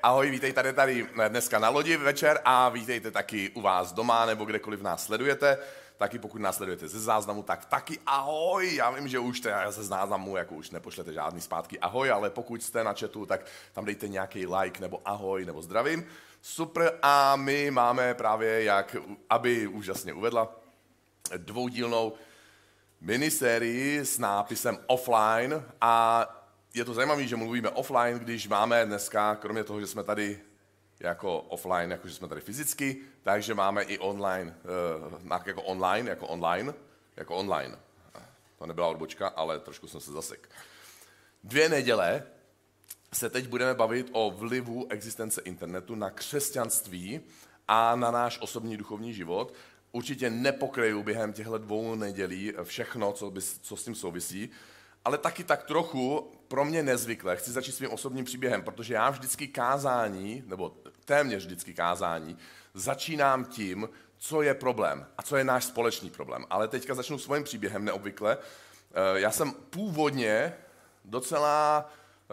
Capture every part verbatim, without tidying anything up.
Ahoj, vítejte tady, tady dneska na lodi večer a vítejte taky u vás doma nebo kdekoliv nás sledujete. Taky pokud nás sledujete ze záznamu, tak taky ahoj. Já vím, že už teda ze záznamu jako už nepošlete žádný zpátky ahoj, ale pokud jste na chatu, tak tam dejte nějaký like nebo ahoj nebo zdravím. Super, a my máme právě, jak Aby úžasně uvedla, dvoudílnou minisérii s nápisem Offline a je to zajímavé, že mluvíme offline, když máme dneska, kromě toho, že jsme tady jako offline, jako že jsme tady fyzicky, takže máme i online, jako online, jako online, jako online. To nebyla odbočka, ale trošku jsem se zasek. Dvě neděle se teď budeme bavit o vlivu existence internetu na křesťanství a na náš osobní duchovní život. Určitě nepokryju během těchto dvou nedělí všechno, co, by, co s tím souvisí, ale taky tak trochu pro mě nezvykle. Chci začít svým osobním příběhem, protože já vždycky kázání, nebo téměř vždycky kázání, začínám tím, co je problém a co je náš společný problém. Ale teďka začnu svým příběhem neobvykle. Já jsem původně docela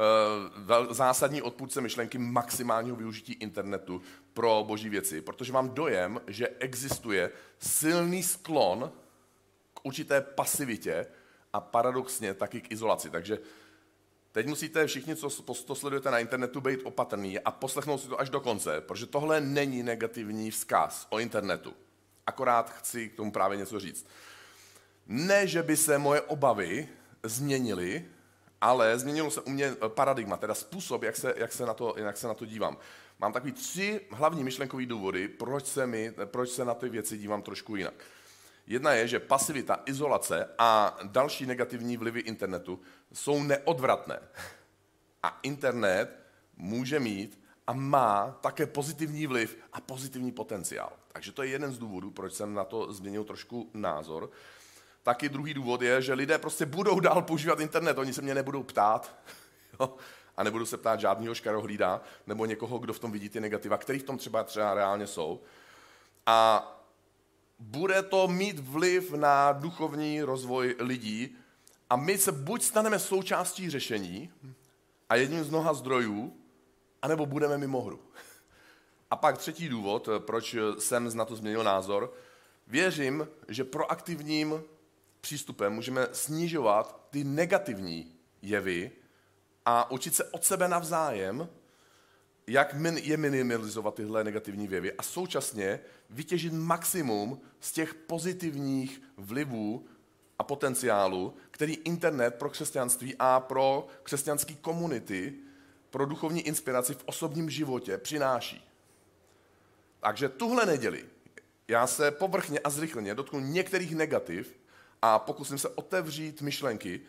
zásadní odpůrce myšlenky maximálního využití internetu pro boží věci, protože mám dojem, že existuje silný sklon k určité pasivitě a paradoxně taky k izolaci. Takže teď musíte všichni, co to sledujete na internetu, být opatrný a poslechnout si to až do konce, protože tohle není negativní vzkaz o internetu. Akorát chci k tomu právě něco říct. Ne, že by se moje obavy změnily, ale změnilo se u mě paradigma, teda způsob, jak se, jak se, na, to, jak se na to dívám. Mám takový tři hlavní myšlenkové důvody, proč se, mi, proč se na ty věci dívám trošku jinak. Jedna je, že pasivita, izolace a další negativní vlivy internetu jsou neodvratné. A internet může mít a má také pozitivní vliv a pozitivní potenciál. Takže to je jeden z důvodů, proč jsem na to změnil trošku názor. Taky druhý důvod je, že lidé prostě budou dál používat internet, oni se mě nebudou ptát, jo? A nebudou se ptát žádného škarohlída nebo někoho, kdo v tom vidí ty negativa, který v tom třeba, třeba reálně jsou. A bude to mít vliv na duchovní rozvoj lidí a my se buď staneme součástí řešení a jedním z mnoha zdrojů, anebo budeme mimo hru. A pak třetí důvod, proč jsem na to změnil názor, věřím, že proaktivním přístupem můžeme snižovat ty negativní jevy a učit se od sebe navzájem, jak je minimalizovat tyhle negativní jevy a současně vytěžit maximum z těch pozitivních vlivů a potenciálu, který internet pro křesťanství a pro křesťanské komunity, pro duchovní inspiraci v osobním životě přináší. Takže tuhle neděli já se povrchně a zrychleně dotknu některých negativ a pokusím se otevřít myšlenky,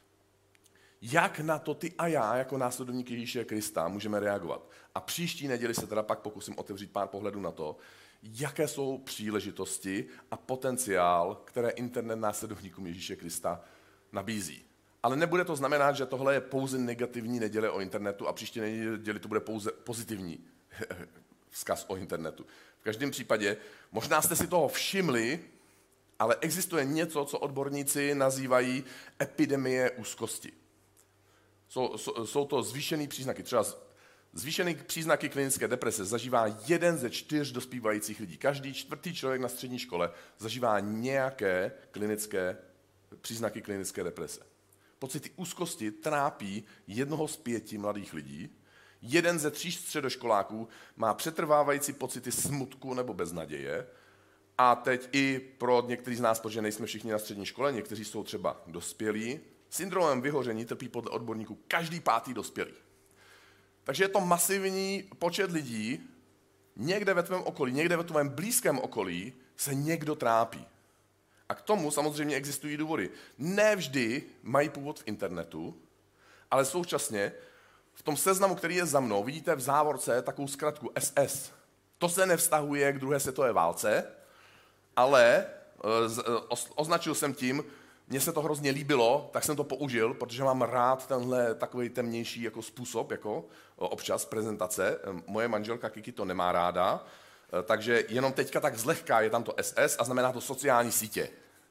jak na to ty a já, jako následovník Ježíše Krista, můžeme reagovat. A příští neděli se teda pak pokusím otevřít pár pohledů na to, jaké jsou příležitosti a potenciál, které internet následovníkům Ježíše Krista nabízí. Ale nebude to znamenat, že tohle je pouze negativní neděle o internetu a příští neděli to bude pouze pozitivní vzkaz o internetu. V každém případě, možná jste si toho všimli, ale existuje něco, co odborníci nazývají epidemie úzkosti. Jsou, jsou, jsou to zvýšené příznaky. Třeba zvýšené příznaky klinické deprese zažívá jeden ze čtyř dospívajících lidí. Každý čtvrtý člověk na střední škole zažívá nějaké klinické příznaky klinické deprese. Pocity úzkosti trápí jednoho z pěti mladých lidí. Jeden ze tří středoškoláků má přetrvávající pocity smutku nebo beznaděje. A teď i pro některý z nás, protože nejsme všichni na střední škole, někteří jsou třeba dospělí, syndromem vyhoření trpí podle odborníků každý pátý dospělý. Takže je to masivní počet lidí, někde ve tvém okolí, někde ve tvém blízkém okolí se někdo trápí. A k tomu samozřejmě existují důvody. Ne vždy mají původ v internetu, ale současně v tom seznamu, který je za mnou, vidíte v závorce takovou zkratku S S. To se nevztahuje k druhé světové válce, ale označil jsem tím, mně se to hrozně líbilo, tak jsem to použil, protože mám rád tenhle takový temnější jako způsob, jako občas prezentace. Moje manželka Kiki to nemá ráda, takže jenom teďka tak zlehka je tam to S S a znamená to sociální sítě.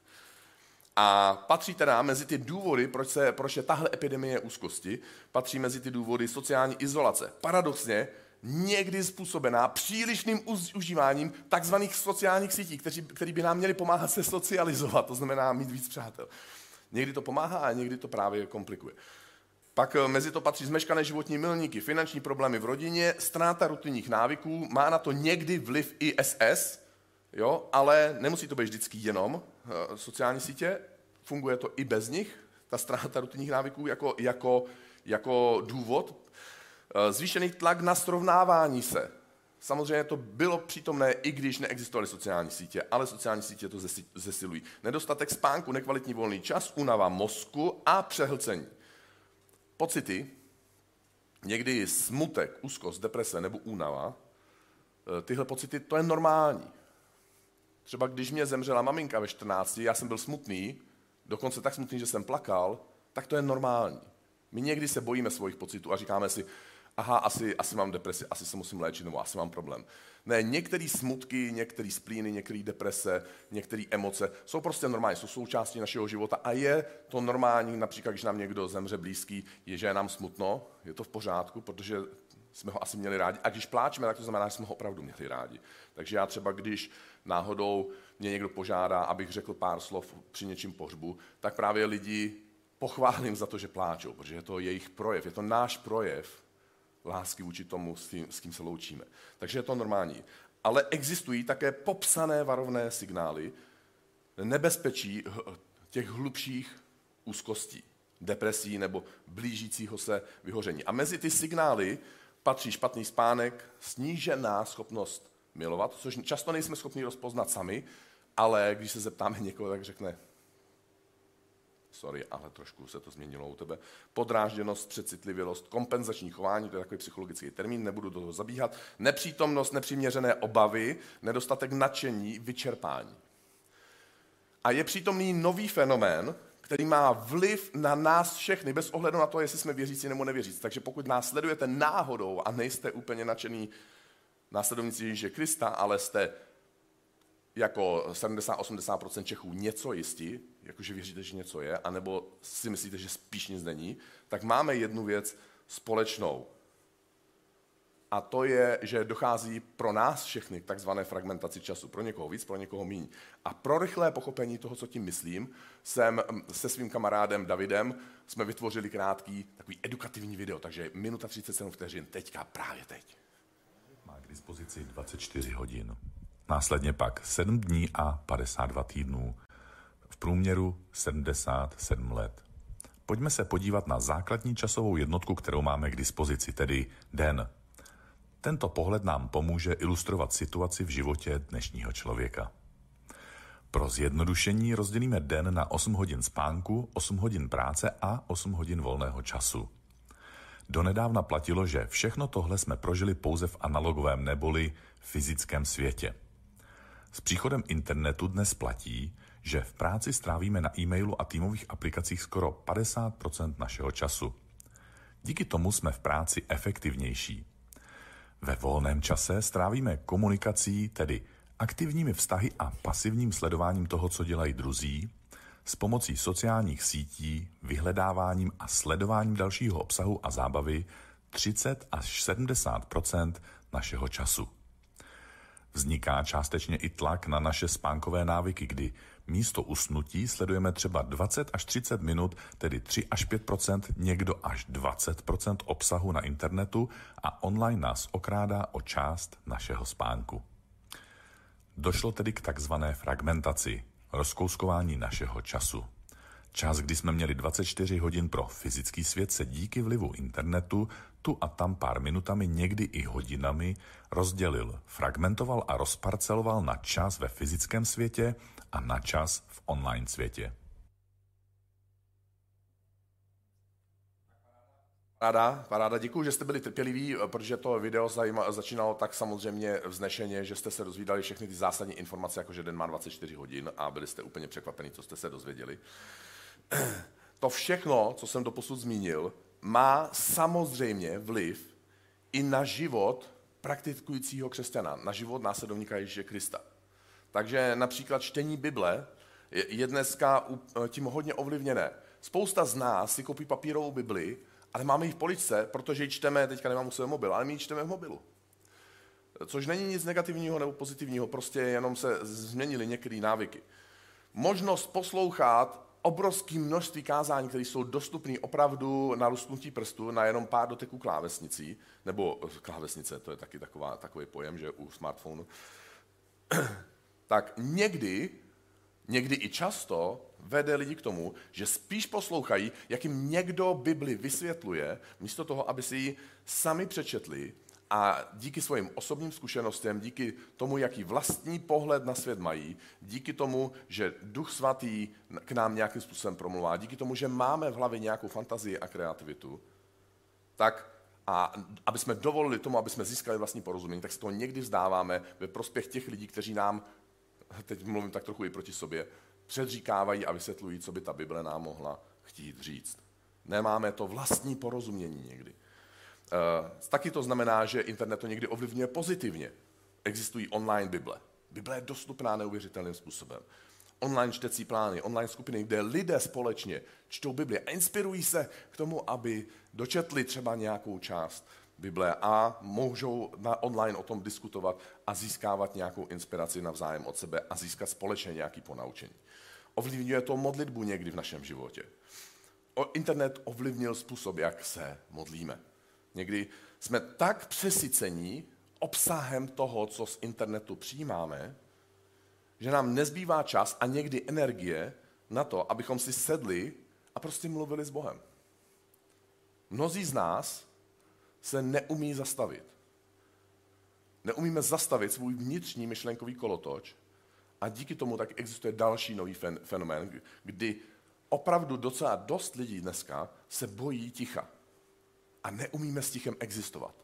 A patří teda mezi ty důvody, proč, se, proč je tahle epidemie úzkosti, patří mezi ty důvody sociální izolace. Paradoxně někdy způsobená přílišným užíváním takzvaných sociálních sítí, kteří, který by nám měli pomáhat se socializovat, to znamená mít víc přátel. Někdy to pomáhá a někdy to právě komplikuje. Pak mezi to patří zmeškané životní milníky, finanční problémy v rodině, ztráta rutinních návyků, má na to někdy vliv i S S, jo, ale nemusí to být vždycky jenom uh, sociální sítě, funguje to i bez nich, ta ztráta rutinních návyků jako, jako, jako důvod. Uh, zvýšený tlak na srovnávání se. Samozřejmě to bylo přítomné, i když neexistovaly sociální sítě, ale sociální sítě to zesilují. Nedostatek spánku, nekvalitní volný čas, únava mozku a přehlcení. Pocity, někdy smutek, úzkost, deprese nebo únava, tyhle pocity, to je normální. Třeba když mě zemřela maminka ve čtrnácti, já jsem byl smutný, dokonce tak smutný, že jsem plakal, tak to je normální. My někdy se bojíme svých pocitů a říkáme si, aha, asi, asi mám depresi, asi se musím léčit, nebo asi mám problém. Ne, některé smutky, některé splíny, některé deprese, některé emoce jsou prostě normální, jsou součástí našeho života a je to normální, například když nám někdo zemře blízký, je, že je nám smutno, je to v pořádku, protože jsme ho asi měli rádi. A když pláčeme, tak to znamená, že jsme ho opravdu měli rádi. Takže já třeba, když náhodou mě někdo požádá, abych řekl pár slov při něčím pohřbu, tak právě lidi pochválím za to, že pláčou, protože je to jejich projev, je to náš projev lásky vůči tomu, s kým, s kým se loučíme. Takže je to normální. Ale existují také popsané varovné signály nebezpečí těch hlubších úzkostí, depresí nebo blížícího se vyhoření. A mezi ty signály patří špatný spánek, snížená schopnost milovat, což často nejsme schopni rozpoznat sami, ale když se zeptáme někoho, tak řekne, sorry, ale trošku se to změnilo u tebe. Podrážděnost, přecitlivělost, kompenzační chování, to je takový psychologický termín, nebudu do toho zabíhat. Nepřítomnost, nepřiměřené obavy, nedostatek nadšení, vyčerpání. A je přítomný nový fenomén, který má vliv na nás všechny, bez ohledu na to, jestli jsme věřící nebo nevěřící. Takže pokud nás sledujete náhodou a nejste úplně nadšený následovníci Ježíše Krista, ale jste jako sedmdesát až osmdesát procent Čechů něco jistí, jakože věříte, že něco je, anebo si myslíte, že spíš nic není, tak máme jednu věc společnou. A to je, že dochází pro nás všechny k takzvané fragmentaci času. Pro někoho víc, pro někoho míň. A pro rychlé pochopení toho, co tím myslím, jsem se svým kamarádem Davidem jsme vytvořili krátký takový edukativní video, takže minuta třicet sedm vteřin, teďka, právě teď. Má k dispozici dvacet čtyři hodin. Následně pak sedm dní a padesát dva týdnů. V průměru sedmdesát sedm let. Pojďme se podívat na základní časovou jednotku, kterou máme k dispozici, tedy den. Tento pohled nám pomůže ilustrovat situaci v životě dnešního člověka. Pro zjednodušení rozdělíme den na osm hodin spánku, osm hodin práce a osm hodin volného času. Donedávna platilo, že všechno tohle jsme prožili pouze v analogovém neboli fyzickém světě. S příchodem internetu dnes platí, že v práci strávíme na e-mailu a týmových aplikacích skoro padesát procent našeho času. Díky tomu jsme v práci efektivnější. Ve volném čase strávíme komunikací, tedy aktivními vztahy a pasivním sledováním toho, co dělají druzí, s pomocí sociálních sítí, vyhledáváním a sledováním dalšího obsahu a zábavy třicet až sedmdesát procent našeho času. Vzniká částečně i tlak na naše spánkové návyky, kdy místo usnutí sledujeme třeba dvacet až třicet minut, tedy tři až pět procent, někdo až dvacet procent obsahu na internetu a online nás okrádá o část našeho spánku. Došlo tedy k takzvané fragmentaci, rozkouskování našeho času. Čas, kdy jsme měli dvacet čtyři hodin pro fyzický svět, se díky vlivu internetu tu a tam pár minutami, někdy i hodinami, rozdělil, fragmentoval a rozparceloval na čas ve fyzickém světě a na čas v online světě. Paráda, paráda, děkuji, že jste byli trpěliví, protože to video zajíma, začínalo tak samozřejmě vznešeně, že jste se dozvídali všechny ty zásadní informace, jako že den má dvacet čtyři hodin a byli jste úplně překvapení, co jste se dozvěděli. To všechno, co jsem doposud zmínil, má samozřejmě vliv i na život praktikujícího křesťana, na život následovníka Ježíše Krista. Takže například čtení Bible je dneska tím hodně ovlivněné. Spousta z nás si koupí papírovou Bibli, ale máme ji v poličce, protože ji čteme, teďka nemám u sebe mobil, ale my ji čteme v mobilu. Což není nic negativního nebo pozitivního, prostě jenom se změnily některé návyky. Možnost poslouchat obrovské množství kázání, které jsou dostupné opravdu na lusknutí prstu, na jenom pár doteků klávesnicí, nebo klávesnice, to je taky taková, takový pojem, že u smartphonu, tak někdy, někdy i často vede lidi k tomu, že spíš poslouchají, jak jim někdo Bibli vysvětluje, místo toho, aby si ji sami přečetli a díky svým osobním zkušenostem, díky tomu, jaký vlastní pohled na svět mají, díky tomu, že Duch Svatý k nám nějakým způsobem promluvá, díky tomu, že máme v hlavě nějakou fantazii a kreativitu, tak a aby jsme dovolili tomu, aby jsme získali vlastní porozumění, tak si to někdy vzdáváme ve prospěch těch lidí, kteří nám, teď mluvím tak trochu i proti sobě, předříkávají a vysvětlují, co by ta Bible nám mohla chtít říct. Nemáme to vlastní porozumění někdy. Uh, taky to znamená, že internet to někdy ovlivňuje pozitivně. Existují online Bible. Bible je dostupná neuvěřitelným způsobem. Online čtecí plány, online skupiny, kde lidé společně čtou Bibli a inspirují se k tomu, aby dočetli třeba nějakou část Bible a můžou na online o tom diskutovat a získávat nějakou inspiraci navzájem od sebe a získat společně nějaké ponaučení. Ovlivňuje to modlitbu někdy v našem životě. O, internet ovlivnil způsob, jak se modlíme. Někdy jsme tak přesycení obsahem toho, co z internetu přijímáme, že nám nezbývá čas a někdy energie na to, abychom si sedli a prostě mluvili s Bohem. Mnozí z nás se neumí zastavit. Neumíme zastavit svůj vnitřní myšlenkový kolotoč a díky tomu tak existuje další nový fenomén, kdy opravdu docela dost lidí dneska se bojí ticha a neumíme s tichem existovat.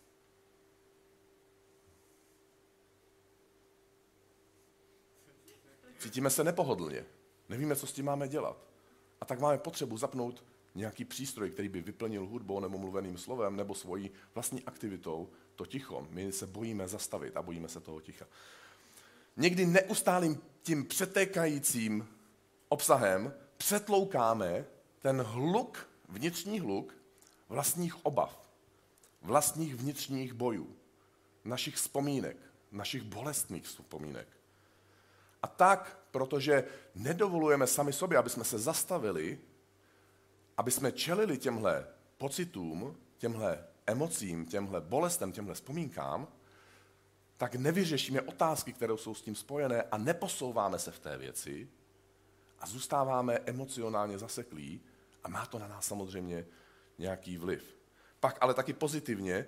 Cítíme se nepohodlně, nevíme, co s tím máme dělat. A tak máme potřebu zapnout nějaký přístroj, který by vyplnil hudbou nebo mluveným slovem nebo svojí vlastní aktivitou to ticho. My se bojíme zastavit a bojíme se toho ticha. Někdy neustálým tím přetékajícím obsahem přetloukáme ten hluk, vnitřní hluk vlastních obav, vlastních vnitřních bojů, našich vzpomínek, našich bolestných vzpomínek. A tak, protože nedovolujeme sami sobě, aby jsme se zastavili, aby jsme čelili těmhle pocitům, těmhle emocím, těmhle bolestem, těmhle vzpomínkám, tak nevyřešíme otázky, které jsou s tím spojené a neposouváme se v té věci a zůstáváme emocionálně zaseklí a má to na nás samozřejmě nějaký vliv. Pak ale taky pozitivně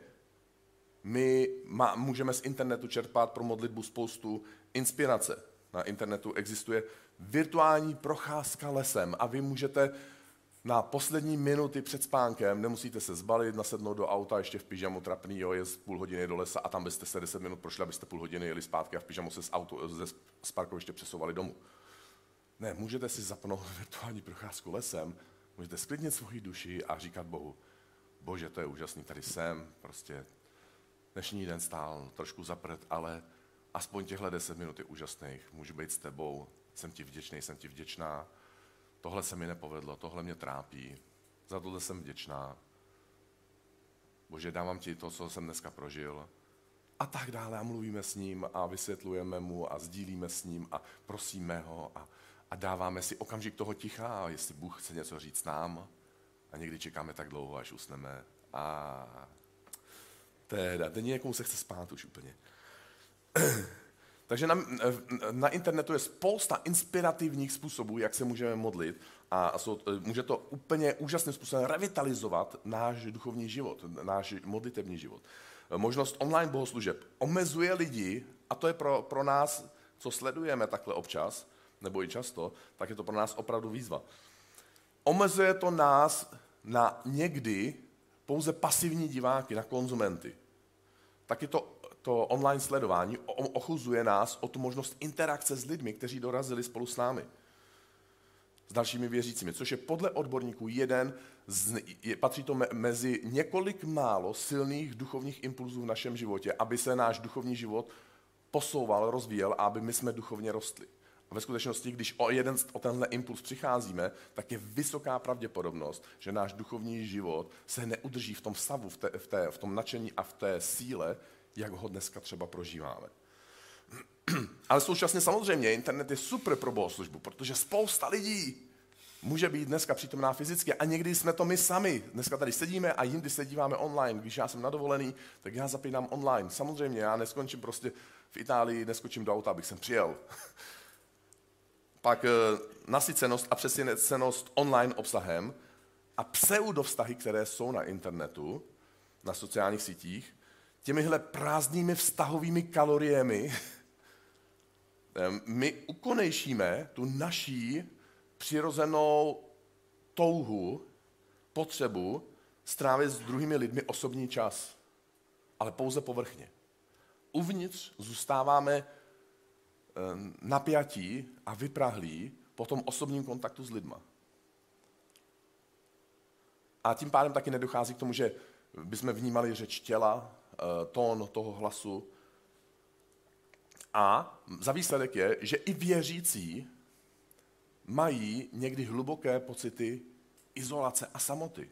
my má, můžeme z internetu čerpat pro modlitbu spoustu inspirace. Na internetu existuje virtuální procházka lesem a vy můžete na poslední minuty před spánkem, nemusíte se zbalit, nasednout do auta ještě v pyžamu trapnýho, jet půl hodiny do lesa a tam byste se deset minut prošli, abyste půl hodiny jeli zpátky a v pyžamu se z, auto, ze, z parkoviště přesouvali domů. Ne, můžete si zapnout virtuální procházku lesem, můžete sklidnit svoji duši a říkat Bohu, Bože, to je úžasný, tady jsem, prostě dnešní den stál trošku za prd, ale aspoň těchhle deset minut je úžasných, můžu být s tebou, jsem ti vděčný, jsem ti vděčná, tohle se mi nepovedlo, tohle mě trápí, za tohle jsem vděčná. Bože, dávám ti to, co jsem dneska prožil. A tak dále a mluvíme s ním a vysvětlujeme mu a sdílíme s ním a prosíme ho a, a dáváme si okamžik toho ticha, jestli Bůh chce něco říct nám. A někdy čekáme tak dlouho, až usneme. A teda, teď někomu se chce spát už úplně. Takže na, na internetu je spousta inspirativních způsobů, jak se můžeme modlit a jsou, může to úplně úžasným způsobem revitalizovat náš duchovní život, náš modlitevní život. Možnost online bohoslužeb omezuje lidi, a to je pro, pro nás, co sledujeme takhle občas, nebo i často, tak je to pro nás opravdu výzva. Omezuje to nás na někdy pouze pasivní diváky, na konzumenty. Taky to To online sledování ochuzuje nás o tu možnost interakce s lidmi, kteří dorazili spolu s námi, s dalšími věřícími, což je podle odborníků jeden z, je, patří to me, mezi několik málo silných duchovních impulzů v našem životě, aby se náš duchovní život posouval, rozvíjel a aby my jsme duchovně rostli. A ve skutečnosti, když o jeden o tenhle impuls přicházíme, tak je vysoká pravděpodobnost, že náš duchovní život se neudrží v tom stavu, v, té, v, té, v tom nadšení a v té síle, jak ho dneska třeba prožíváme. Ale současně samozřejmě internet je super pro bohoslužbu, protože spousta lidí může být dneska přítomná fyzicky a někdy jsme to my sami. Dneska tady sedíme a jindy se díváme online. Když já jsem na dovolený, tak já zapínám online. Samozřejmě já neskončím prostě v Itálii, neskočím do auta, abych sem přijel. Pak nasycenost a přesycenost online obsahem a pseudovztahy, které jsou na internetu, na sociálních sítích, těmihle prázdnými vztahovými kaloriemi my ukonejšíme tu naší přirozenou touhu, potřebu strávit s druhými lidmi osobní čas, ale pouze povrchně. Uvnitř zůstáváme napjatí a vyprahlí po tom osobním kontaktu s lidma. A tím pádem taky nedochází k tomu, že bychom vnímali řeč těla, tón toho hlasu. A za výsledek je, že i věřící mají někdy hluboké pocity izolace a samoty.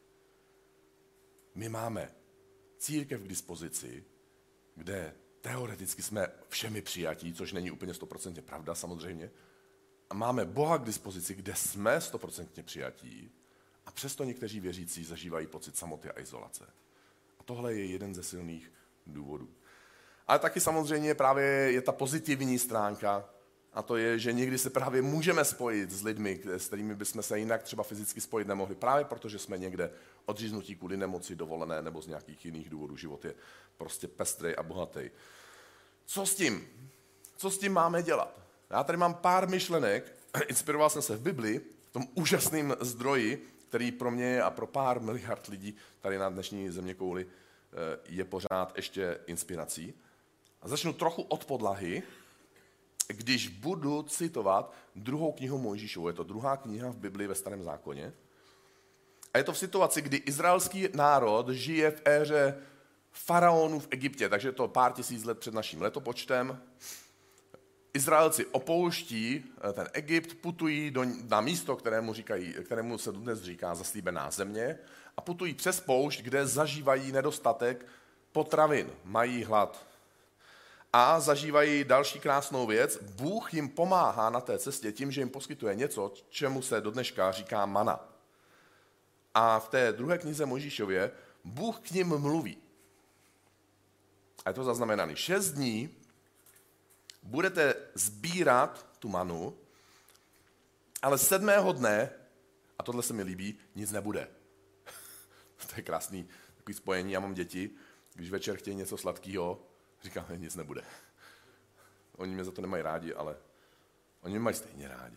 My máme církev k dispozici, kde teoreticky jsme všemi přijatí, což není úplně stoprocentně pravda samozřejmě. A máme Boha k dispozici, kde jsme stoprocentně přijatí a přesto někteří věřící zažívají pocit samoty a izolace. A tohle je jeden ze silných důvodů. Ale taky samozřejmě právě je ta pozitivní stránka a to je, že někdy se právě můžeme spojit s lidmi, s kterými bychom se jinak třeba fyzicky spojit nemohli, právě protože jsme někde odříznutí kvůli nemoci, dovolené nebo z nějakých jiných důvodů. Život je prostě pestrej a bohatý. Co s tím? Co s tím máme dělat? Já tady mám pár myšlenek, inspiroval jsem se v Bibli, v tom úžasném zdroji, který pro mě a pro pár miliard lidí tady na dnešní zeměkouli je pořád ještě inspirací. A začnu trochu od podlahy, když budu citovat druhou knihu Mojžíšovu. Je to druhá kniha v Bibli ve Starém zákoně. A je to v situaci, kdy izraelský národ žije v éře faraonů v Egyptě, takže je to pár tisíc let před naším letopočtem. Izraelci opouští ten Egypt, putují do, na místo, kterému, říkají, kterému se dnes říká zaslíbená země, a putují přes poušť, kde zažívají nedostatek potravin, mají hlad. A zažívají další krásnou věc. Bůh jim pomáhá na té cestě tím, že jim poskytuje něco, čemu se do dneška říká mana. A v té druhé knize Mojžíšově Bůh k nim mluví. A je to zaznamenané. Šest dní budete sbírat tu manu, ale sedmého dne, a tohle se mi líbí, nic nebude. To je krásný takový spojení. Já mám děti, když večer chtějí něco sladkého, říkám, že nic nebude. Oni mě za to nemají rádi, ale oni mě mají stejně rádi.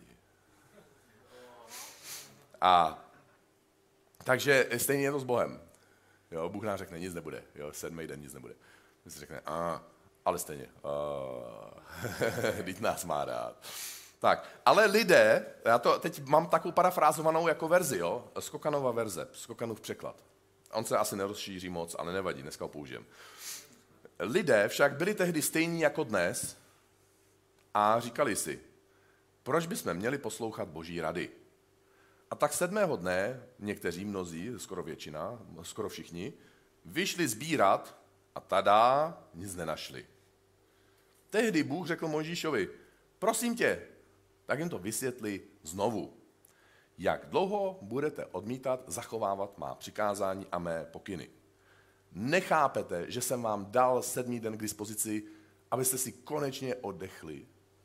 A takže stejně je to s Bohem. Jo, Bůh nám řekne, nic nebude. Jo, sedmý den nic nebude. My si řekne, a, ale stejně. Vždyť nás má rád. Tak, ale lidé, já to teď mám takovou parafrázovanou jako verzi, jo, Skokanova verze, Skokanův překlad. On se asi nerozšíří moc, ale nevadí, dneska ho použijem. Lidé však byli tehdy stejní jako dnes a říkali si, proč bychom měli poslouchat Boží rady? A tak sedmého dne někteří, mnozí, skoro většina, skoro všichni, vyšli sbírat a tada nic nenašli. Tehdy Bůh řekl Mojžíšovi, prosím tě, tak jim to vysvětli znovu. Jak dlouho budete odmítat zachovávat má přikázání a mé pokyny? Nechápete, že jsem vám dal sedmý den k dispozici, abyste si konečně oddechli?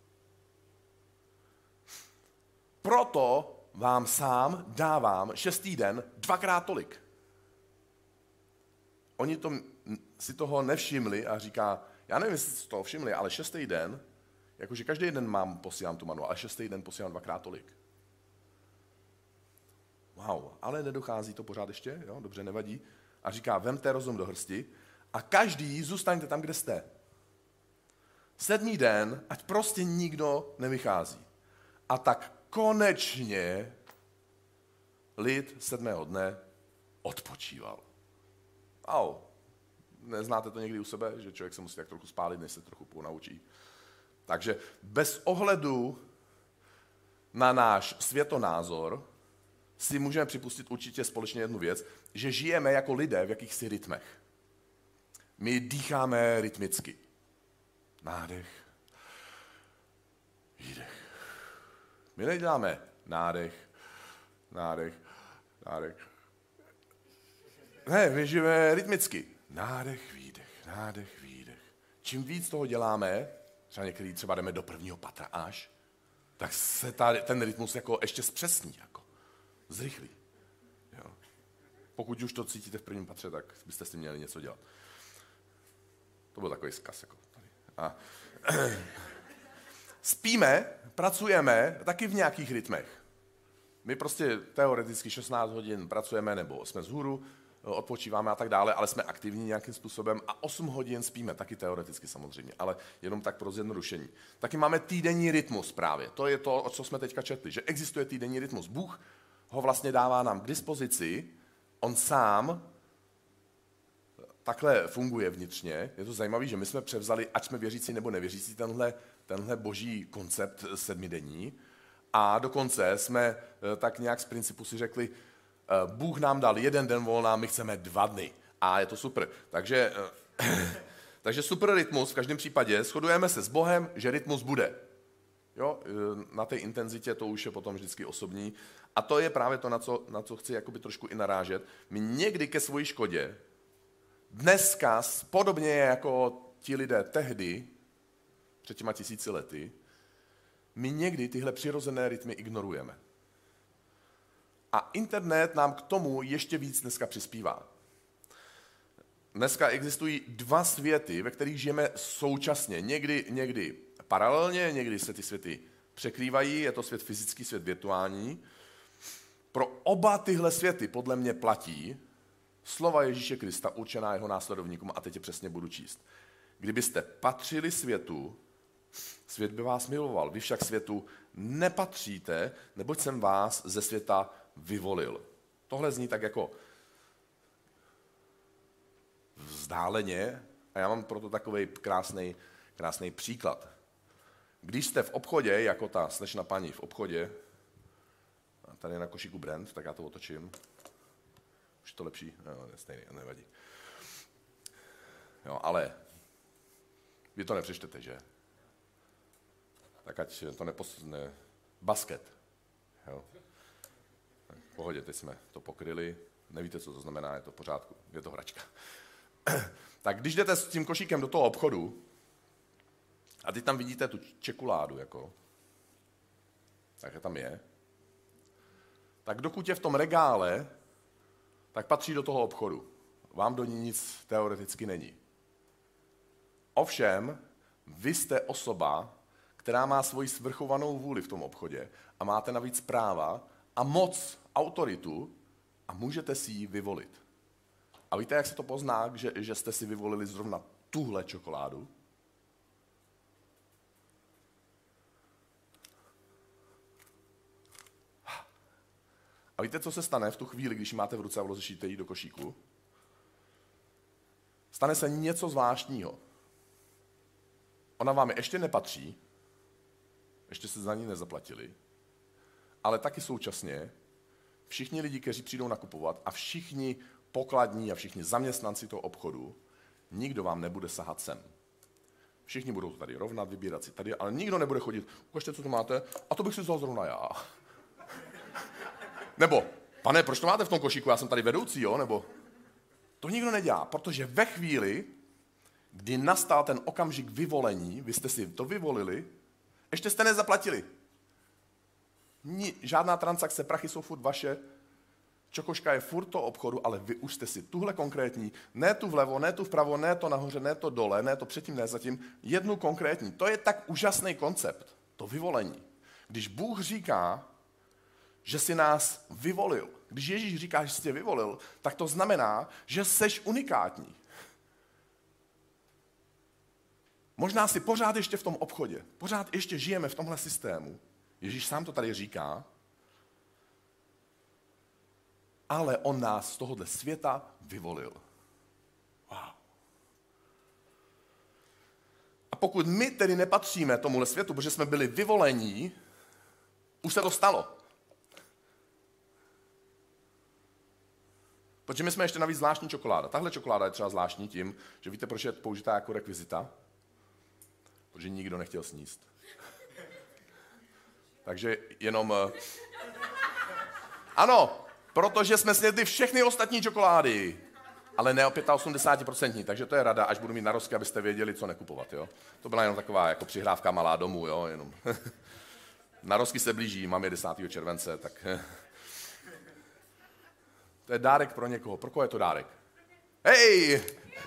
Proto vám sám dávám šestý den dvakrát tolik. Oni to, si toho nevšimli a říká, já nevím, jestli si toho všimli, ale šestý den, jakože každý den mám, posílám tu manu, ale šestý den posílám dvakrát tolik. Wow, ale nedochází to pořád ještě, jo, dobře, nevadí. A říká, vemte rozum do hrsti a každý zůstaňte tam, kde jste. Sedmý den, ať prostě nikdo nevychází. A tak konečně lid sedmého dne odpočíval. Au, neznáte to někdy u sebe, že člověk se musí tak trochu spálit, než se trochu ponaučí. Takže bez ohledu na náš světonázor si můžeme připustit určitě společně jednu věc, že žijeme jako lidé v jakýchsi rytmech. My dýcháme rytmicky. Nádech, výdech. My neděláme nádech, nádech, nádech. Ne, my žijeme rytmicky. Nádech, výdech, nádech, výdech. Čím víc toho děláme, třeba některý třeba jdeme do prvního patra až, tak se ta, ten rytmus jako ještě zpřesní, jako zrychlí. Jo. Pokud už to cítíte v prvním patře, tak byste s tím měli něco dělat. To byl takový zkaz. Jako tady. A spíme, pracujeme taky v nějakých rytmech. My prostě teoreticky šestnáct hodin pracujeme, nebo jsme vzhůru, odpočíváme a tak dále, ale jsme aktivní nějakým způsobem a osm hodin spíme, taky teoreticky samozřejmě, ale jenom tak pro zjednodušení. Taky máme týdenní rytmus právě. To je to, o co jsme teďka četli, že existuje týdenní rytmus. Bůh ho vlastně dává nám k dispozici, on sám takhle funguje vnitřně. Je to zajímavé, že my jsme převzali, ať jsme věřící nebo nevěřící, tenhle, tenhle boží koncept sedmidenní. A dokonce jsme tak nějak z principu si řekli, Bůh nám dal jeden den volna, my chceme dva dny. A je to super. Takže, takže super rytmus, v každém případě shodujeme se s Bohem, že rytmus bude. Jo? Na té intenzitě to už je potom vždycky osobní. A to je právě to, na co, na co chci jakoby trošku i narážet. My někdy ke svojí škodě, dneska, podobně jako ti lidé tehdy, před těma tisíci lety, my někdy tyhle přirozené rytmy ignorujeme. A internet nám k tomu ještě víc dneska přispívá. Dneska existují dva světy, ve kterých žijeme současně. Někdy, někdy paralelně, někdy se ty světy překrývají, je to svět fyzický, svět virtuální. Pro oba tyhle světy podle mě platí slova Ježíše Krista určená jeho následovníkům, a teď je přesně budu číst. Kdybyste patřili světu, svět by vás miloval, vy však světu nepatříte, neboť jsem vás ze světa vyvolil. Tohle zní tak jako vzdáleně a já mám proto takový krásný, krásný příklad. Když jste v obchodě, jako ta slečna paní v obchodě, tady je na košíku brand, tak já to otočím. Už je to lepší? No, je stejný, nevadí. Jo, ale vy to nepřečtete, že? Tak ať to neposne. Basket. Jo. Tak v pohodě, teď jsme to pokryli. Nevíte, co to znamená, je to v pořádku. Je to hračka. Tak když jdete s tím košíkem do toho obchodu a teď tam vidíte tu čekuládu, jako, tak tam je, tak dokud je v tom regále, tak patří do toho obchodu. Vám do ní nic teoreticky není. Ovšem, vy jste osoba, která má svoji svrchovanou vůli v tom obchodě a máte navíc práva a moc, autoritu a můžete si ji vyvolit. A víte, jak se to pozná, že, že jste si vyvolili zrovna tuhle čokoládu? A víte, co se stane v tu chvíli, když ji máte v ruce a vložíte ji do košíku? Stane se něco zvláštního. Ona vám ještě nepatří, ještě se za ní nezaplatili, ale taky současně všichni lidi, kteří přijdou nakupovat a všichni pokladní a všichni zaměstnanci toho obchodu, nikdo vám nebude sahat sem. Všichni budou tady rovnat, vybírat si tady, ale nikdo nebude chodit, ukažte, co tu máte, a to bych si vzal zrovna já. Nebo, pane, proč to máte v tom košíku, já jsem tady vedoucí, jo? Nebo, to nikdo nedělá, protože ve chvíli, kdy nastal ten okamžik vyvolení, vy jste si to vyvolili, ještě jste nezaplatili. Ni, žádná transakce, prachy jsou furt vaše, čokoška je furt to obchodu, ale vy už jste si tuhle konkrétní, ne tu vlevo, ne tu vpravo, ne to nahoře, ne to dole, ne to předtím, ne zatím, jednu konkrétní. To je tak úžasný koncept, to vyvolení. Když Bůh říká, že si nás vyvolil, když Ježíš říká, že jsi tě vyvolil, tak to znamená, že seš unikátní. Možná si pořád ještě v tom obchodě, pořád ještě žijeme v tomhle systému. Ježíš sám to tady říká, ale on nás z tohohle světa vyvolil. Wow. A pokud my tedy nepatříme tomuhle světu, protože jsme byli vyvolení, už se to stalo. Protože my jsme ještě navíc zvláštní čokoláda. Tahle čokoláda je třeba zvláštní tím, že víte, proč je použitá jako rekvizita? Protože nikdo nechtěl sníst. Takže jenom... Ano, protože jsme snědli všechny ostatní čokolády, ale ne o osmdesát pět procent, takže to je rada, až budu mít narozky, abyste věděli, co nekupovat. Jo? To byla jenom taková jako přihrávka malá domů. Jo? Jenom. Narozky se blíží, máme desátého července, tak... To je dárek pro někoho. Pro koho je to dárek? Hej!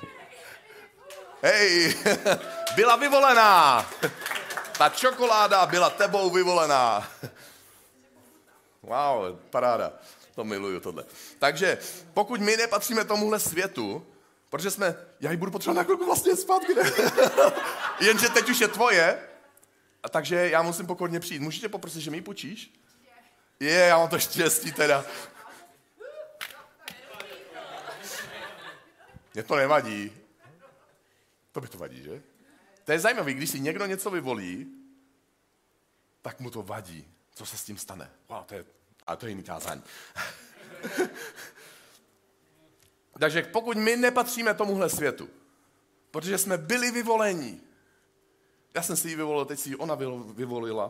Hej! Byla vyvolená! Ta čokoláda byla tebou vyvolená. Wow, paráda. To miluju tohle. Takže pokud my nepatříme tomuhle světu, protože jsme, já ji budu potřebovat na chvilku vlastně zpátky, ne? Jenže teď už je tvoje, a takže já musím pokorně přijít. Můžete poprosit, že mi ji půjčíš? Je, já mám to štěstí teda. Mně to nevadí. To by to vadí, že? To je zajímavé, když si někdo něco vyvolí, tak mu to vadí. Co se s tím stane? Wow, to je, ale to je jiný kázání. Takže pokud my nepatříme tomuhle světu, protože jsme byli vyvoleni, já jsem si ji vyvolil, teď si ji ona vyvolila,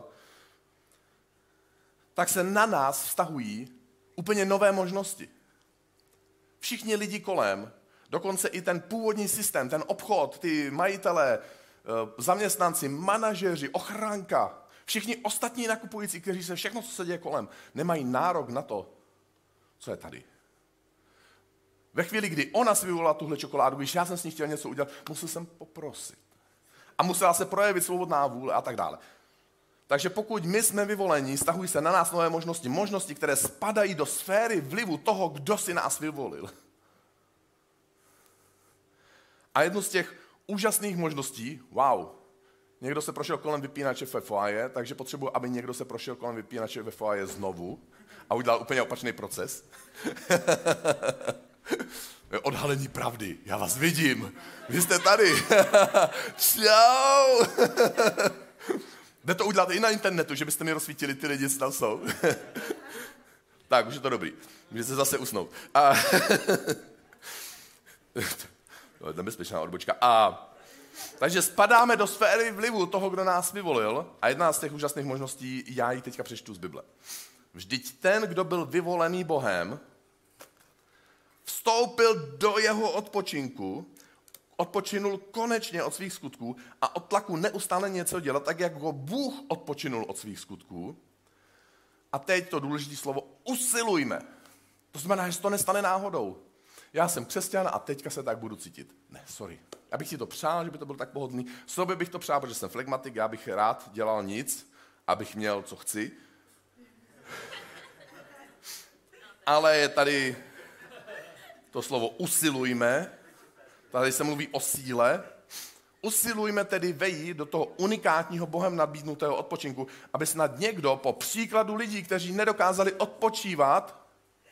tak se na nás vztahují úplně nové možnosti. Všichni lidi kolem, dokonce i ten původní systém, ten obchod, ty majitelé, zaměstnanci, manažeři, ochranka, všichni ostatní nakupující, kteří se všechno, co se děje kolem, nemají nárok na to, co je tady. Ve chvíli, kdy ona si vyvolala tuhle čokoládu, když já jsem s ní chtěl něco udělat, musel jsem poprosit. A musela se projevit svobodná vůle a tak dále. Takže pokud my jsme vyvoleni, stahují se na nás nové možnosti, možnosti, které spadají do sféry vlivu toho, kdo si nás vyvolil. A jednu z těch úžasných možností, wow, někdo se prošel kolem vypínače ve foaje, takže potřebuji, aby někdo se prošel kolem vypínače ve foaje znovu a udělal úplně opačný proces. Odhalení pravdy. Já vás vidím. Vy jste tady. Čau. Jde to udělat i na internetu, že byste mi rozsvítili ty lidi, co tam jsou. Tak, už je to dobrý. Můžete zase usnout. A... to je nebezpečná odbočka. A... Takže spadáme do sféry vlivu toho, kdo nás vyvolil. A jedna z těch úžasných možností, já ji teďka přečtu z Bible. Vždyť ten, kdo byl vyvolený Bohem, vstoupil do jeho odpočinku, odpočinul konečně od svých skutků a od tlaku neustále něco dělat, tak jak ho Bůh odpočinul od svých skutků. A teď to důležité slovo usilujme. To znamená, že se to nestane náhodou. Já jsem křesťan a teďka se tak budu cítit. Ne, sorry. Já bych si to přál, že by to bylo tak pohodlný. Sobě bych to přál, protože jsem flegmatik, já bych rád dělal nic, abych měl, co chci. Ale je tady to slovo usilujme, tady se mluví o síle. Usilujme tedy vejít do toho unikátního Bohem nabídnutého odpočinku, aby snad někdo po příkladu lidí, kteří nedokázali odpočívat,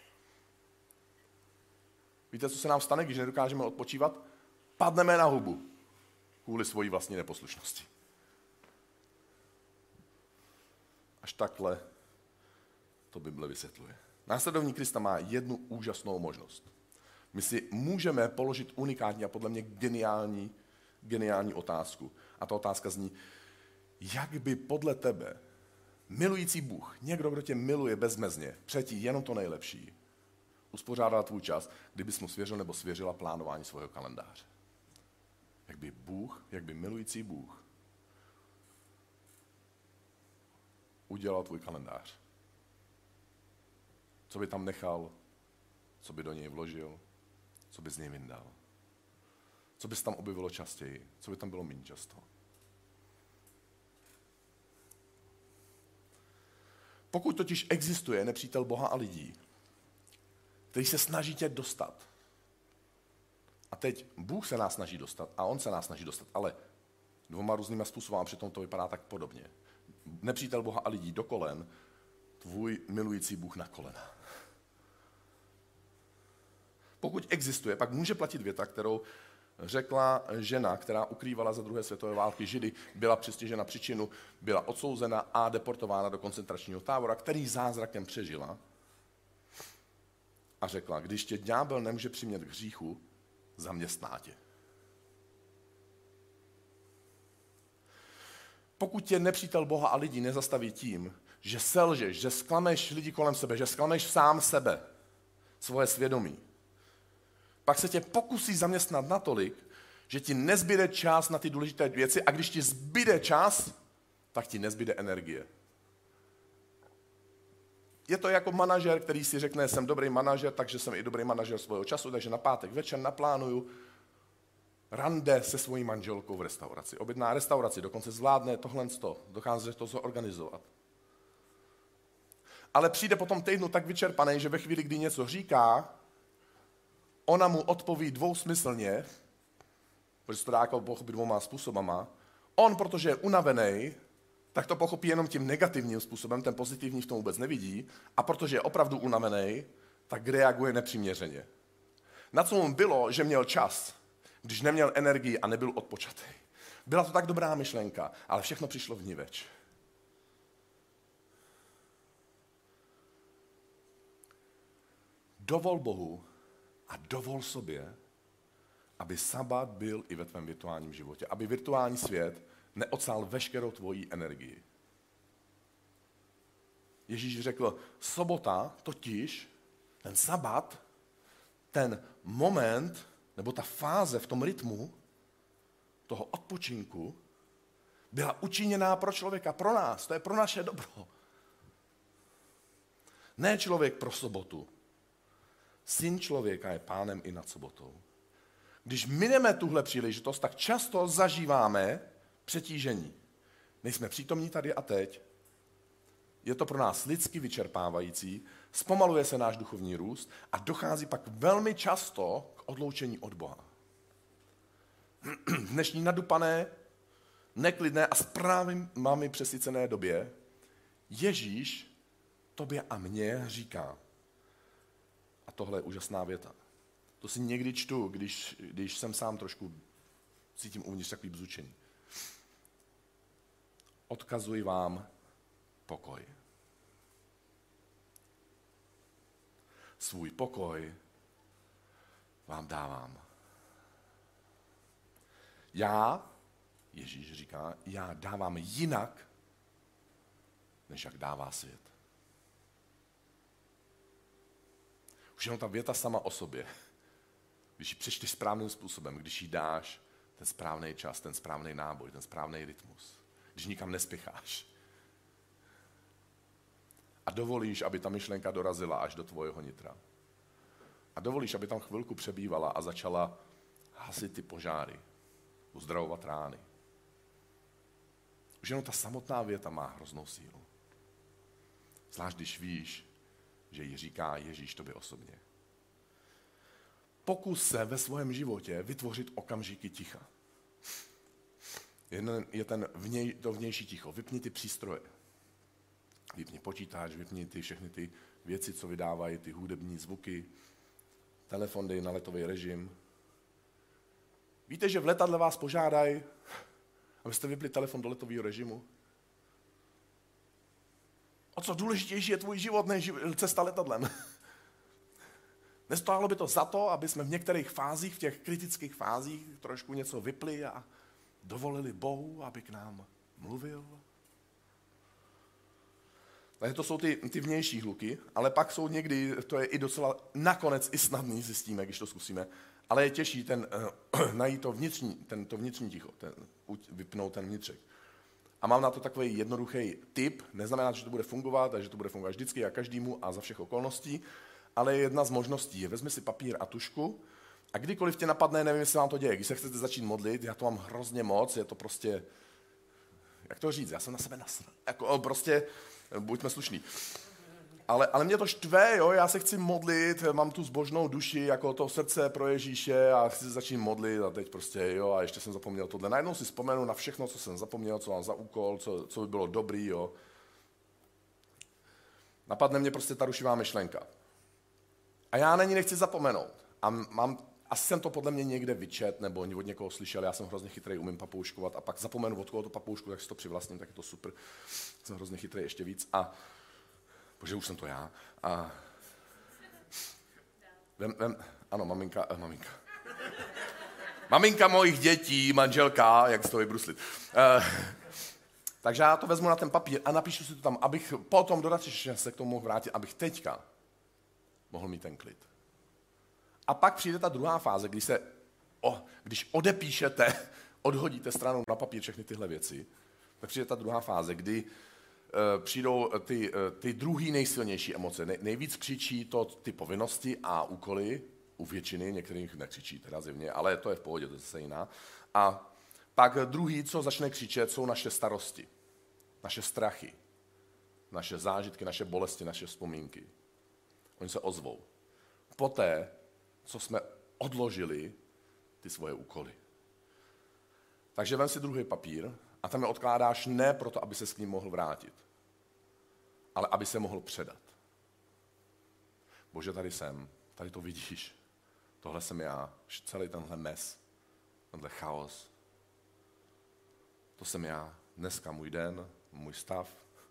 víte, co se nám stane, když nedokážeme odpočívat? Padneme na hubu kvůli svojí vlastní neposlušnosti. Až takhle to Bible vysvětluje. Následovník Krista má jednu úžasnou možnost. My si můžeme položit unikátní a podle mě geniální, geniální otázku. A ta otázka zní, jak by podle tebe milující Bůh, někdo, kdo tě miluje bezmezně, přeje ti jenom to nejlepší, uspořádal tvůj čas, kdybys mu svěřil nebo svěřila plánování svého kalendáře. Jak by Bůh, jak by milující Bůh udělal tvůj kalendář. Co by tam nechal, co by do něj vložil, co by z něj vyndal. Co by se tam objevilo častěji, co by tam bylo méně často. Pokud totiž existuje nepřítel Boha a lidí, který se snaží tě dostat, a teď Bůh se nás snaží dostat a on se nás snaží dostat, ale dvoma různýma způsoby, a přitom to vypadá tak podobně. Nepřítel Boha a lidí do kolen, tvůj milující Bůh na kolena. Pokud existuje, pak může platit věta, kterou řekla žena, která ukrývala za druhé světové války Židy, byla přistižena příčinu, byla odsouzena a deportována do koncentračního tábora, který zázrakem přežila. a řekla, když tě ďábel nemůže přimět k hříchu, zaměstná tě. Pokud tě nepřítel Boha a lidí nezastaví tím, že selžeš, že zklameš lidi kolem sebe, že zklameš sám sebe, svoje svědomí, pak se tě pokusí zaměstnat natolik, že ti nezbyde čas na ty důležité věci a když ti zbyde čas, tak ti nezbyde energie. Je to jako manažer, který si řekne, jsem dobrý manažer, takže jsem i dobrý manažer svého času, takže na pátek večer naplánuju rande se svojí manželkou v restauraci. Objedná restauraci, dokonce zvládne tohle sto, dokáže to zorganizovat. Ale přijde po tom týdnu tak vyčerpaný, že ve chvíli, kdy něco říká, ona mu odpoví dvousmyslně, protože se to dá jako pochopit dvouma způsobama. On, protože je unavený, tak to pochopí jenom tím negativním způsobem, ten pozitivní v tom vůbec nevidí, a protože je opravdu unavený, tak reaguje nepřiměřeně. Na co mu bylo, že měl čas, když neměl energii a nebyl odpočatý. Byla to tak dobrá myšlenka, ale všechno přišlo vniveč. Dovol Bohu a dovol sobě, aby sabat byl i ve tvém virtuálním životě. Aby virtuální svět neodsál veškerou tvoji energii. Ježíš řekl, sobota totiž, ten sabat, ten moment, nebo ta fáze v tom rytmu toho odpočinku byla učiněná pro člověka, pro nás, to je pro naše dobro. Ne člověk pro sobotu. Syn člověka je pánem i nad sobotou. Když mineme tuhle příležitost, tak často zažíváme přetížení. Nejsme přítomní tady a teď. Je to pro nás lidsky vyčerpávající, zpomaluje se náš duchovní růst a dochází pak velmi často k odloučení od Boha. V dnešní nadupané, neklidné a zprávami přesycené době Ježíš tobě a mně říká, a tohle je úžasná věta, to si někdy čtu, když, když jsem sám trošku cítím uvnitř takový bzučení. Odkazuji vám pokoj. Svůj pokoj vám dávám. Já, Ježíš říká, já dávám jinak, než jak dává svět. Už jenom ta věta sama o sobě, když ji přečteš správným způsobem, když ji dáš ten správný čas, ten správný náboj, ten správný rytmus, když nikam nespěcháš a dovolíš, aby ta myšlenka dorazila až do tvojeho nitra. A dovolíš, aby tam chvilku přebývala a začala hasit ty požáry, uzdravovat rány. Už jenom ta samotná věta má hroznou sílu. Zvlášť když víš, že jí říká Ježíš tobě osobně. Pokus se ve svém životě vytvořit okamžiky ticha. Je ten vněj, to vnější ticho. Vypni ty přístroje. Vypni počítač, vypni ty všechny ty věci, co vydávají ty hudební zvuky. Telefon dej na letový režim. Víte, že v letadle vás požádají, abyste vypli telefon do letového režimu? O co důležitější je tvůj život, než cesta letadlem? Nestálo by to za to, aby jsme v některých fázích, v těch kritických fázích trošku něco vypli a dovolili Bohu, aby k nám mluvil? Takže to jsou ty, ty vnější hluky, ale pak jsou někdy, to je i docela nakonec i snadný, zjistíme, když to zkusíme, ale je těžší ten, uh, najít to vnitřní, ten, to vnitřní ticho, ten, vypnout ten vnitřek. A mám na to takový jednoduchý tip, neznamená, že to bude fungovat, a že to bude fungovat vždycky a každému a za všech okolností, ale jedna z možností je, vezmi si papír a tužku a kdykoliv tě napadne, nevím, jestli vám to děje, když se chcete začít modlit, já to mám hrozně moc, je to prostě, jak to říct, já jsem na sebe nasral, jako prostě, buďme slušní. Ale, ale mě to štve, jo, já se chci modlit, mám tu zbožnou duši, jako to srdce pro Ježíše a chci se začít modlit a teď prostě, jo, a ještě jsem zapomněl tohle. Najednou si vzpomenu na všechno, co jsem zapomněl, co mám za úkol, co, co by bylo dobrý, jo. Napadne mě prostě ta rušivá myšlenka. A já na ní nechci zapomenout. A mám, asi jsem to podle mě někde vyčet, nebo od někoho slyšel, já jsem hrozně chytrý, umím papouškovat a pak zapomenu, od koho to papoušku, tak si to přivlastním, tak je to super. Jsem hrozně chytrý ještě víc a bože, už jsem to já. A Vem, vem, ano, maminka, eh, maminka. Maminka mojich dětí, manželka, jak se to vybruslit. Uh, takže já to vezmu na ten papír a napíšu si to tam, abych potom dodatečně se k tomu mohl vrátit, abych teďka mohl mít ten klid. A pak přijde ta druhá fáze, když se, o, když odepíšete, odhodíte stranou na papír všechny tyhle věci, tak přijde ta druhá fáze, kdy uh, přijdou ty, uh, ty druhý nejsilnější emoce. Nej, nejvíc křičí to ty povinnosti a úkoly, u většiny, některých nekřičí teda zjevně, ale to je v pohodě, to je zase jiná. A pak druhý, co začne křičet, jsou naše starosti, naše strachy, naše zážitky, naše bolesti, naše vzpomínky. Oni se ozvou. Poté, co jsme odložili ty svoje úkoly. Takže vem si druhý papír a tam je odkládáš ne proto, aby se s ním mohl vrátit, ale aby se mohl předat. Bože, tady jsem, tady to vidíš. Tohle jsem já, celý tenhle mes, tenhle chaos. To jsem já, dneska můj den, můj stav.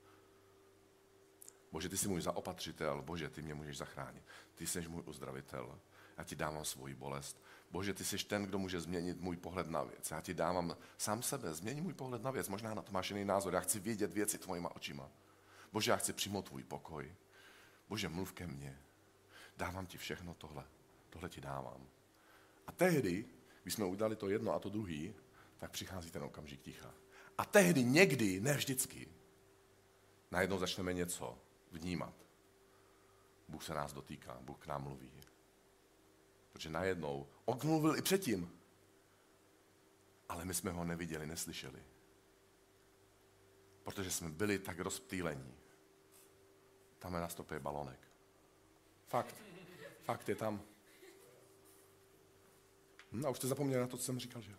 Bože, ty jsi můj zaopatřitel, Bože, ty mě můžeš zachránit. Ty jsi můj uzdravitel, já ti dávám svoji bolest. Bože, ty jsi ten, kdo může změnit můj pohled na věc. Já ti dávám sám sebe, změni můj pohled na věc. Možná na to máš jiný názor, já chci vědět věci tvojima očima. Bože, já chci přijmout tvůj pokoj. Bože, mluv ke mně. Dávám ti všechno tohle. Tohle ti dávám. A tehdy, když jsme udělali to jedno a to druhý, tak přichází ten okamžik ticha. A tehdy někdy, ne vždycky, najednou začneme něco vnímat. Bůh se nás dotýká, Bůh k nám mluví. Protože najednou, on mluvil i předtím, ale my jsme ho neviděli, neslyšeli. Protože jsme byli tak rozptýlení. Tam je na stopě balonek. Fakt. Fakt je tam. Hm, a už jste zapomněli na to, co jsem říkal, že?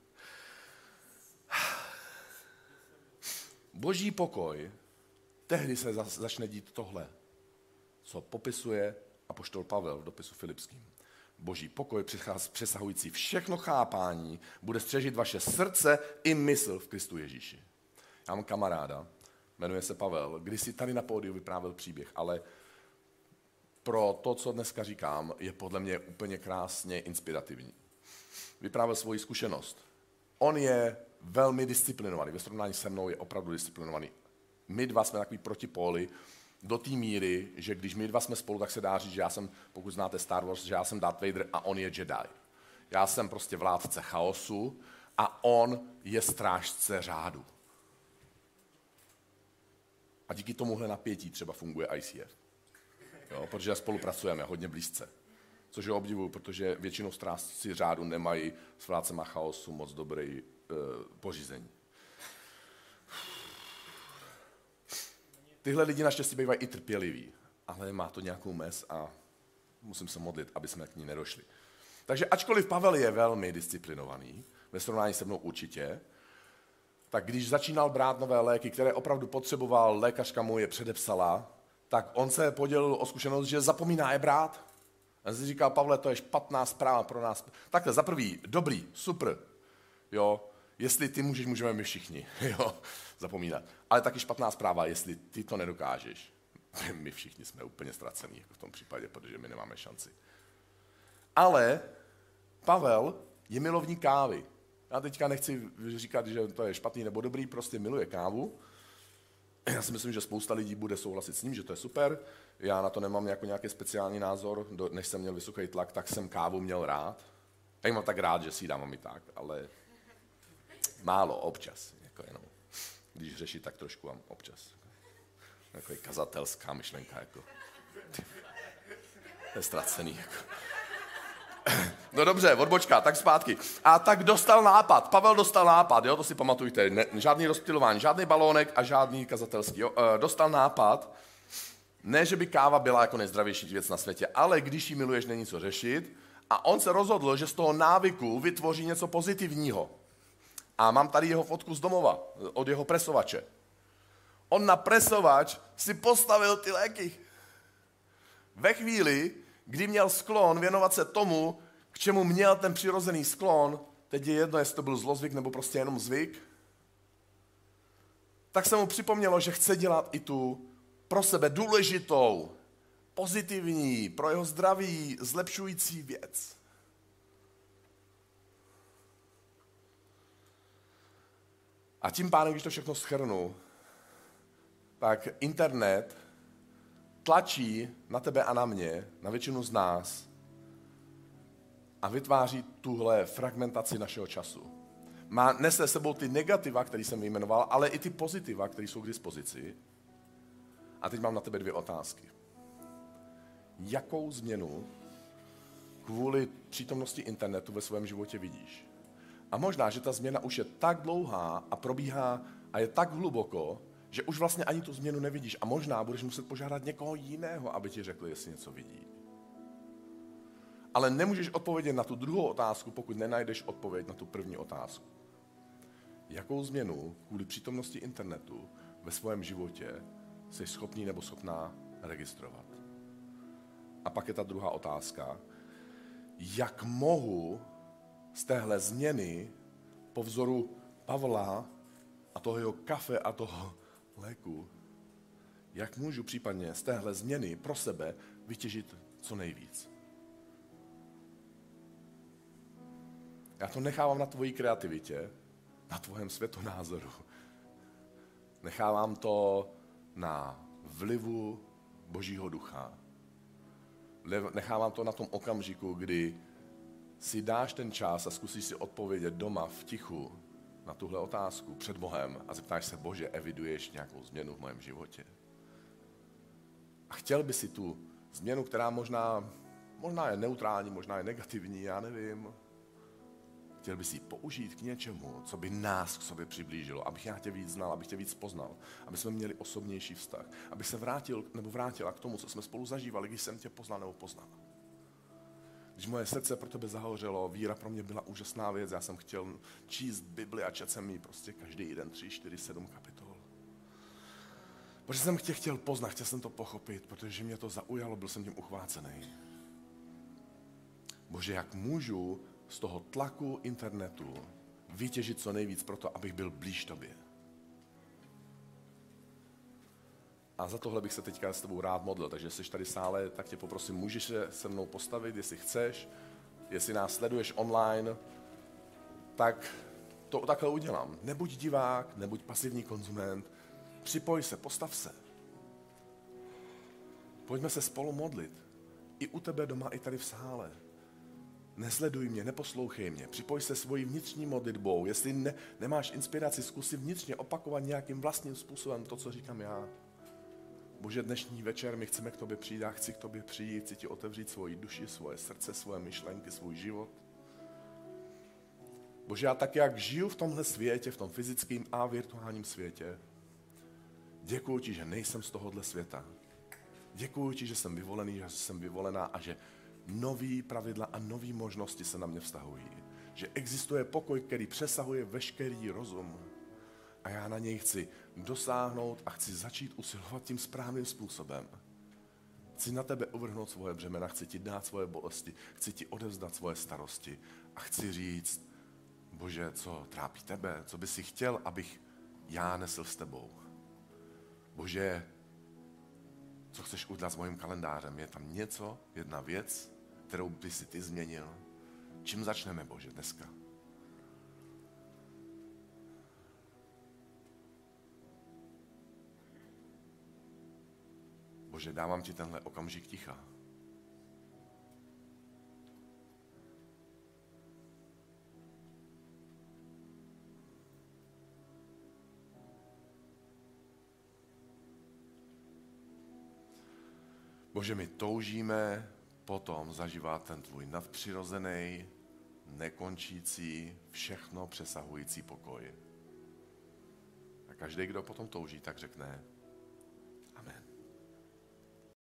Boží pokoj, tehdy se začne dít tohle, co popisuje apoštol Pavel v dopisu Filipským. Boží pokoj přesahující všechno chápání bude střežit vaše srdce i mysl v Kristu Ježíši. Já mám kamaráda, jmenuje se Pavel, když si tady na pódiu vyprávěl příběh, ale pro to, co dneska říkám, je podle mě úplně krásně inspirativní. Vyprávěl svoji zkušenost. On je velmi disciplinovaný, ve srovnání se mnou je opravdu disciplinovaný. My dva jsme takový protipóly do té míry, že když my dva jsme spolu, tak se dá říct, že já jsem, pokud znáte Star Wars, že já jsem Darth Vader a on je Jedi. Já jsem prostě vládce chaosu a on je strážce řádu. A díky tomuhle napětí třeba funguje I C F. Jo, protože spolupracujeme hodně blízce. Což ho obdivuju, protože většinou strážci řádu nemají s vládcema chaosu moc dobrý e, pořízení. Tyhle lidi naštěstí bývají i trpěliví, ale má to nějakou mez a musím se modlit, aby jsme k ní nedošli. Takže ačkoliv Pavel je velmi disciplinovaný, ve srovnání se mnou určitě, tak když začínal brát nové léky, které opravdu potřeboval, lékařka mu je předepsala, tak on se podělil o zkušenost, že zapomíná je brát. A si říkal, Pavle, to je špatná zpráva pro nás. Takhle, za prvý, dobrý, super, jo, jestli ty můžeš, můžeme my všichni, jo, zapomínat. Ale taky špatná zpráva, jestli ty to nedokážeš. My všichni jsme úplně ztracení jako v tom případě, protože my nemáme šanci. Ale Pavel je milovník kávy. Já teďka nechci říkat, že to je špatný nebo dobrý, prostě miluje kávu. Já si myslím, že spousta lidí bude souhlasit s ním, že to je super. Já na to nemám jako nějaký speciální názor. Než jsem měl vysoký tlak, tak jsem kávu měl rád. Já mám tak rád, že si ji dávám i tak, ale málo, občas. Jako jenom. Když řeší, tak trošku mám občas. Jako je kazatelská myšlenka. Jako. To je ztracený. Jako. No dobře, odbočka, tak zpátky. A tak dostal nápad, Pavel dostal nápad, jo, to si pamatujte, ne, žádný rozptylování, žádný balónek a žádný kazatelský. Jo. E, dostal nápad, ne, že by káva byla jako nejzdravější věc na světě, ale když ji miluješ, není co řešit. A on se rozhodl, že z toho návyku vytvoří něco pozitivního. A mám tady jeho fotku z domova, od jeho presovače. On na presovač si postavil ty léky. Ve chvíli, kdy měl sklon věnovat se tomu, k čemu měl ten přirozený sklon, teď je jedno, jestli to byl zlozvyk nebo prostě jenom zvyk, tak se mu připomnělo, že chce dělat i tu pro sebe důležitou pozitivní, pro jeho zdraví zlepšující věc. A tím pádem, když to všechno shrnu, tak internet tlačí na tebe a na mě, na většinu z nás a vytváří tuhle fragmentaci našeho času. Má, nese sebou ty negativa, které jsem vyjmenoval, ale i ty pozitiva, které jsou k dispozici. A teď mám na tebe dvě otázky. Jakou změnu kvůli přítomnosti internetu ve svém životě vidíš? A možná, že ta změna už je tak dlouhá a probíhá a je tak hluboko, že už vlastně ani tu změnu nevidíš. A možná budeš muset požádat někoho jiného, aby ti řekl, jestli něco vidí. Ale nemůžeš odpovědět na tu druhou otázku, pokud nenajdeš odpověď na tu první otázku. Jakou změnu kvůli přítomnosti internetu ve svém životě jsi schopný nebo schopná registrovat? A pak je ta druhá otázka. Jak mohu z téhle změny po vzoru Pavla a toho jeho kafe a toho léku, jak můžu případně z téhle změny pro sebe vytěžit co nejvíc? Já to nechávám na tvojí kreativitě, na tvém světonázoru. Nechávám to na vlivu Božího ducha. Nechávám to na tom okamžiku, kdy si dáš ten čas a zkusíš si odpovědět doma v tichu na tuhle otázku před Bohem a zeptáš se, Bože, eviduješ nějakou změnu v mém životě? A chtěl by si tu změnu, která možná, možná je neutrální, možná je negativní, já nevím. Chtěl by si ji použít k něčemu, co by nás k sobě přiblížilo, abych já tě víc znal, abych tě víc poznal, aby jsme měli osobnější vztah, abych se vrátil nebo vrátila k tomu, co jsme spolu zažívali, když jsem tě poznal nebo poznal. Když moje srdce pro tebe zahořelo, víra pro mě byla úžasná věc, já jsem chtěl číst Bibli a četl jsem ji prostě každý den, tři, čtyři, sedm kapitol. Protože jsem tě chtěl poznat, chtěl jsem to pochopit, protože mě to zaujalo, byl jsem tím uchvácený. Bože, jak můžu z toho tlaku internetu vytěžit co nejvíc proto, abych byl blíž tobě. A za tohle bych se teďka s tebou rád modlil, takže jestli jsi tady v sále, tak tě poprosím, můžeš se se mnou postavit, jestli chceš, jestli nás sleduješ online, tak to takhle udělám. Nebuď divák, nebuď pasivní konzument, připoj se, postav se. Pojďme se spolu modlit. I u tebe doma, i tady v sále. Nesleduj mě, neposlouchej mě, připoj se svojí vnitřní modlitbou. Jestli ne, nemáš inspiraci, zkus si vnitřně opakovat nějakým vlastním způsobem to, co říkám já. Bože, dnešní večer my chceme k tobě přijít, já chci k tobě přijít, chci ti otevřít svoji duši, svoje srdce, svoje myšlenky, svůj život. Bože, já tak, jak žiju v tomhle světě, v tom fyzickém a virtuálním světě, děkuji ti, že nejsem z tohohle světa. Děkuji ti, že jsem vyvolený, že jsem vyvolená a že nový pravidla a nový možnosti se na mě vztahují. Že existuje pokoj, který přesahuje veškerý rozum. A já na něj chci dosáhnout a chci začít usilovat tím správným způsobem. Chci na tebe uvrhnout svoje břemena, chci ti dát svoje bolesti, chci ti odevzdat svoje starosti a chci říct, Bože, co trápí tebe, co by si chtěl, abych já nesl s tebou. Bože, co chceš udělat s mojím kalendářem? Je tam něco, jedna věc, kterou by si ty změnil? Čím začneme, Bože, dneska? Bože, dávám ti tenhle okamžik ticha. Bože, my toužíme potom zažívat ten tvůj nadpřirozený, nekončící, všechno přesahující pokoj. A každý, kdo potom touží, tak řekne,